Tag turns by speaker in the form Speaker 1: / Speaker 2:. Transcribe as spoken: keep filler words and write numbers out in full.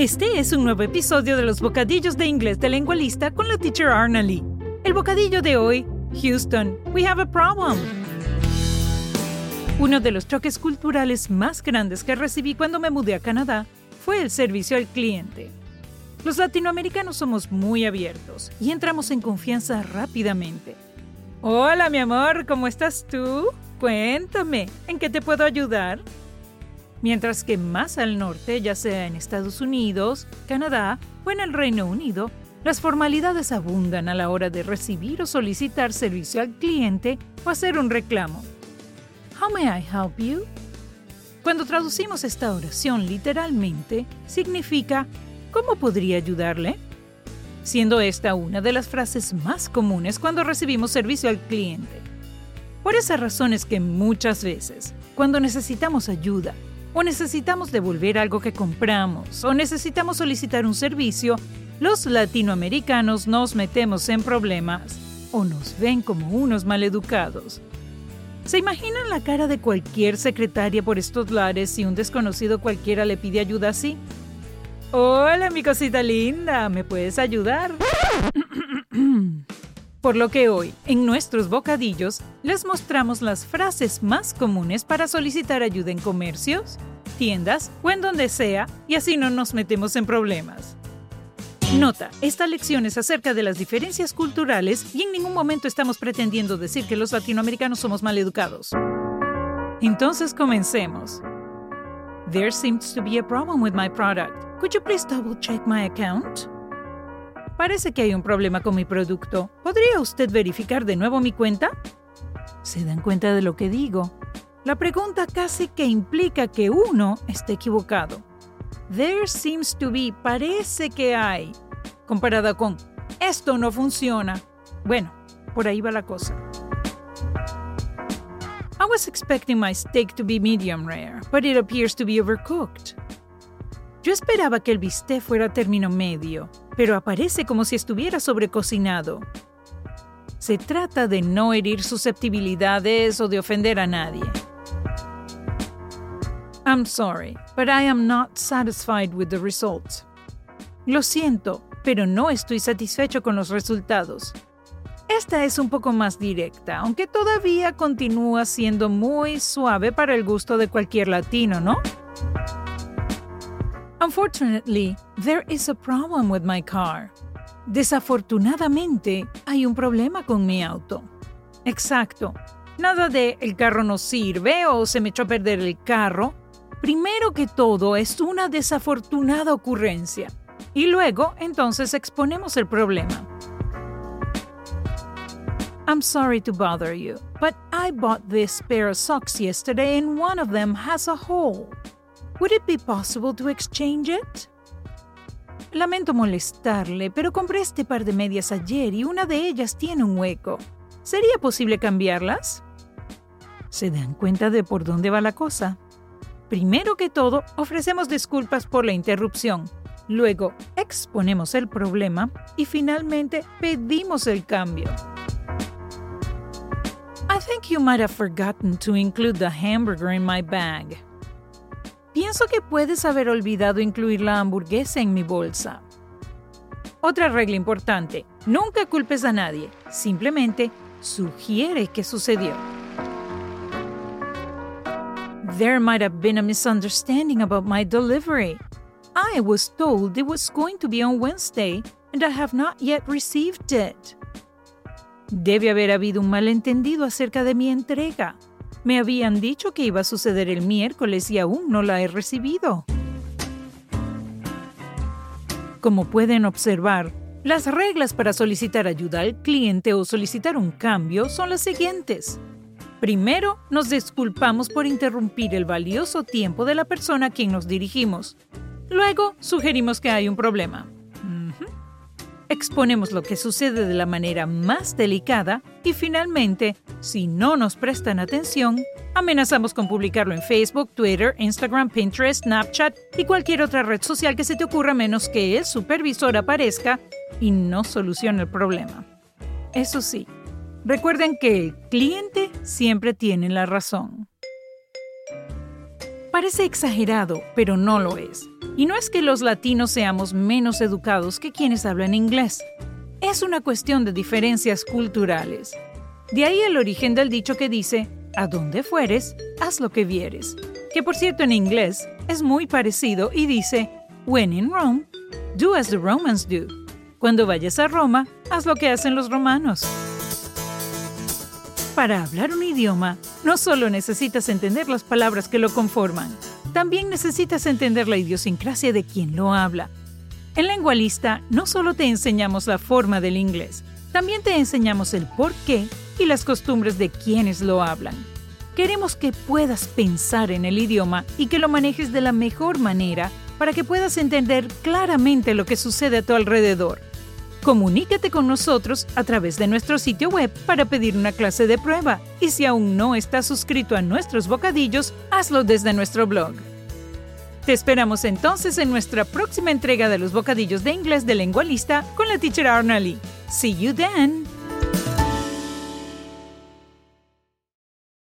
Speaker 1: Este es un nuevo episodio de los bocadillos de inglés de Lingualista con la teacher Arna Lee. El bocadillo de hoy, Houston, we have a problem. Uno de los choques culturales más grandes que recibí cuando me mudé a Canadá fue el servicio al cliente. Los latinoamericanos somos muy abiertos y entramos en confianza rápidamente. Hola, mi amor, ¿cómo estás tú? Cuéntame, ¿en qué te puedo ayudar? Mientras que más al norte, ya sea en Estados Unidos, Canadá o en el Reino Unido, las formalidades abundan a la hora de recibir o solicitar servicio al cliente o hacer un reclamo. How may I help you? Cuando traducimos esta oración literalmente, significa ¿cómo podría ayudarle? Siendo esta una de las frases más comunes cuando recibimos servicio al cliente. Por esa razón es que muchas veces, cuando necesitamos ayuda, o necesitamos devolver algo que compramos, o necesitamos solicitar un servicio, los latinoamericanos nos metemos en problemas o nos ven como unos maleducados. ¿Se imaginan la cara de cualquier secretaria por estos lares si un desconocido cualquiera le pide ayuda así? Hola, mi cosita linda, ¿me puedes ayudar? Por lo que hoy, en nuestros bocadillos, les mostramos las frases más comunes para solicitar ayuda en comercios, tiendas o en donde sea, y así no nos metemos en problemas. Nota, esta lección es acerca de las diferencias culturales y en ningún momento estamos pretendiendo decir que los latinoamericanos somos maleducados. Entonces comencemos. There seems to be a problem with my product. Could you please double check my account? Parece que hay un problema con mi producto. ¿Podría usted verificar de nuevo mi cuenta? ¿Se dan cuenta de lo que digo? La pregunta casi que implica que uno esté equivocado. There seems to be, parece que hay, comparada con esto no funciona. Bueno, por ahí va la cosa. I was expecting my steak to be medium rare, but it appears to be overcooked. Yo esperaba que el bistec fuera término medio, pero aparece como si estuviera sobrecocinado. Se trata de no herir susceptibilidades o de ofender a nadie. I'm sorry, but I am not satisfied with the results. Lo siento, pero no estoy satisfecho con los resultados. Esta es un poco más directa, aunque todavía continúa siendo muy suave para el gusto de cualquier latino, ¿no? Unfortunately, there is a problem with my car. Desafortunadamente, hay un problema con mi auto. Exacto. Nada de el carro no sirve o se me echó a perder el carro. Primero que todo, es una desafortunada ocurrencia. Y luego, entonces, exponemos el problema. I'm sorry to bother you, but I bought this pair of socks yesterday and one of them has a hole. Would it be possible to exchange it? Lamento molestarle, pero compré este par de medias ayer y una de ellas tiene un hueco. ¿Sería posible cambiarlas? ¿Se dan cuenta de por dónde va la cosa? Primero que todo, ofrecemos disculpas por la interrupción. Luego, exponemos el problema y finalmente pedimos el cambio. I think you might have forgotten to include the hamburger in my bag. Pienso que puedes haber olvidado incluir la hamburguesa en mi bolsa. Otra regla importante, nunca culpes a nadie, simplemente sugiere que sucedió. There might have been a misunderstanding about my delivery. I was told it was going to be on Wednesday and I have not yet received it. Debe haber habido un malentendido acerca de mi entrega. Me habían dicho que iba a suceder el miércoles y aún no la he recibido. Como pueden observar, las reglas para solicitar ayuda al cliente o solicitar un cambio son las siguientes. Primero, nos disculpamos por interrumpir el valioso tiempo de la persona a quien nos dirigimos. Luego, sugerimos que hay un problema. Uh-huh. Exponemos lo que sucede de la manera más delicada y finalmente, si no nos prestan atención, amenazamos con publicarlo en Facebook, Twitter, Instagram, Pinterest, Snapchat y cualquier otra red social que se te ocurra menos que el supervisor aparezca y no solucione el problema. Eso sí, recuerden que el cliente siempre tiene la razón. Parece exagerado, pero no lo es. Y no es que los latinos seamos menos educados que quienes hablan inglés. Es una cuestión de diferencias culturales. De ahí el origen del dicho que dice, a donde fueres, haz lo que vieres. Que por cierto en inglés es muy parecido y dice, when in Rome, do as the Romans do. Cuando vayas a Roma, haz lo que hacen los romanos. Para hablar un idioma, no solo necesitas entender las palabras que lo conforman, también necesitas entender la idiosincrasia de quien lo habla. En Lengualista no solo te enseñamos la forma del inglés, también te enseñamos el por qué y las costumbres de quienes lo hablan. Queremos que puedas pensar en el idioma y que lo manejes de la mejor manera para que puedas entender claramente lo que sucede a tu alrededor. Comunícate con nosotros a través de nuestro sitio web para pedir una clase de prueba. Y si aún no estás suscrito a nuestros bocadillos, hazlo desde nuestro blog. Te esperamos entonces en nuestra próxima entrega de los bocadillos de inglés de Lengualista con la teacher Arna Lee. See you then!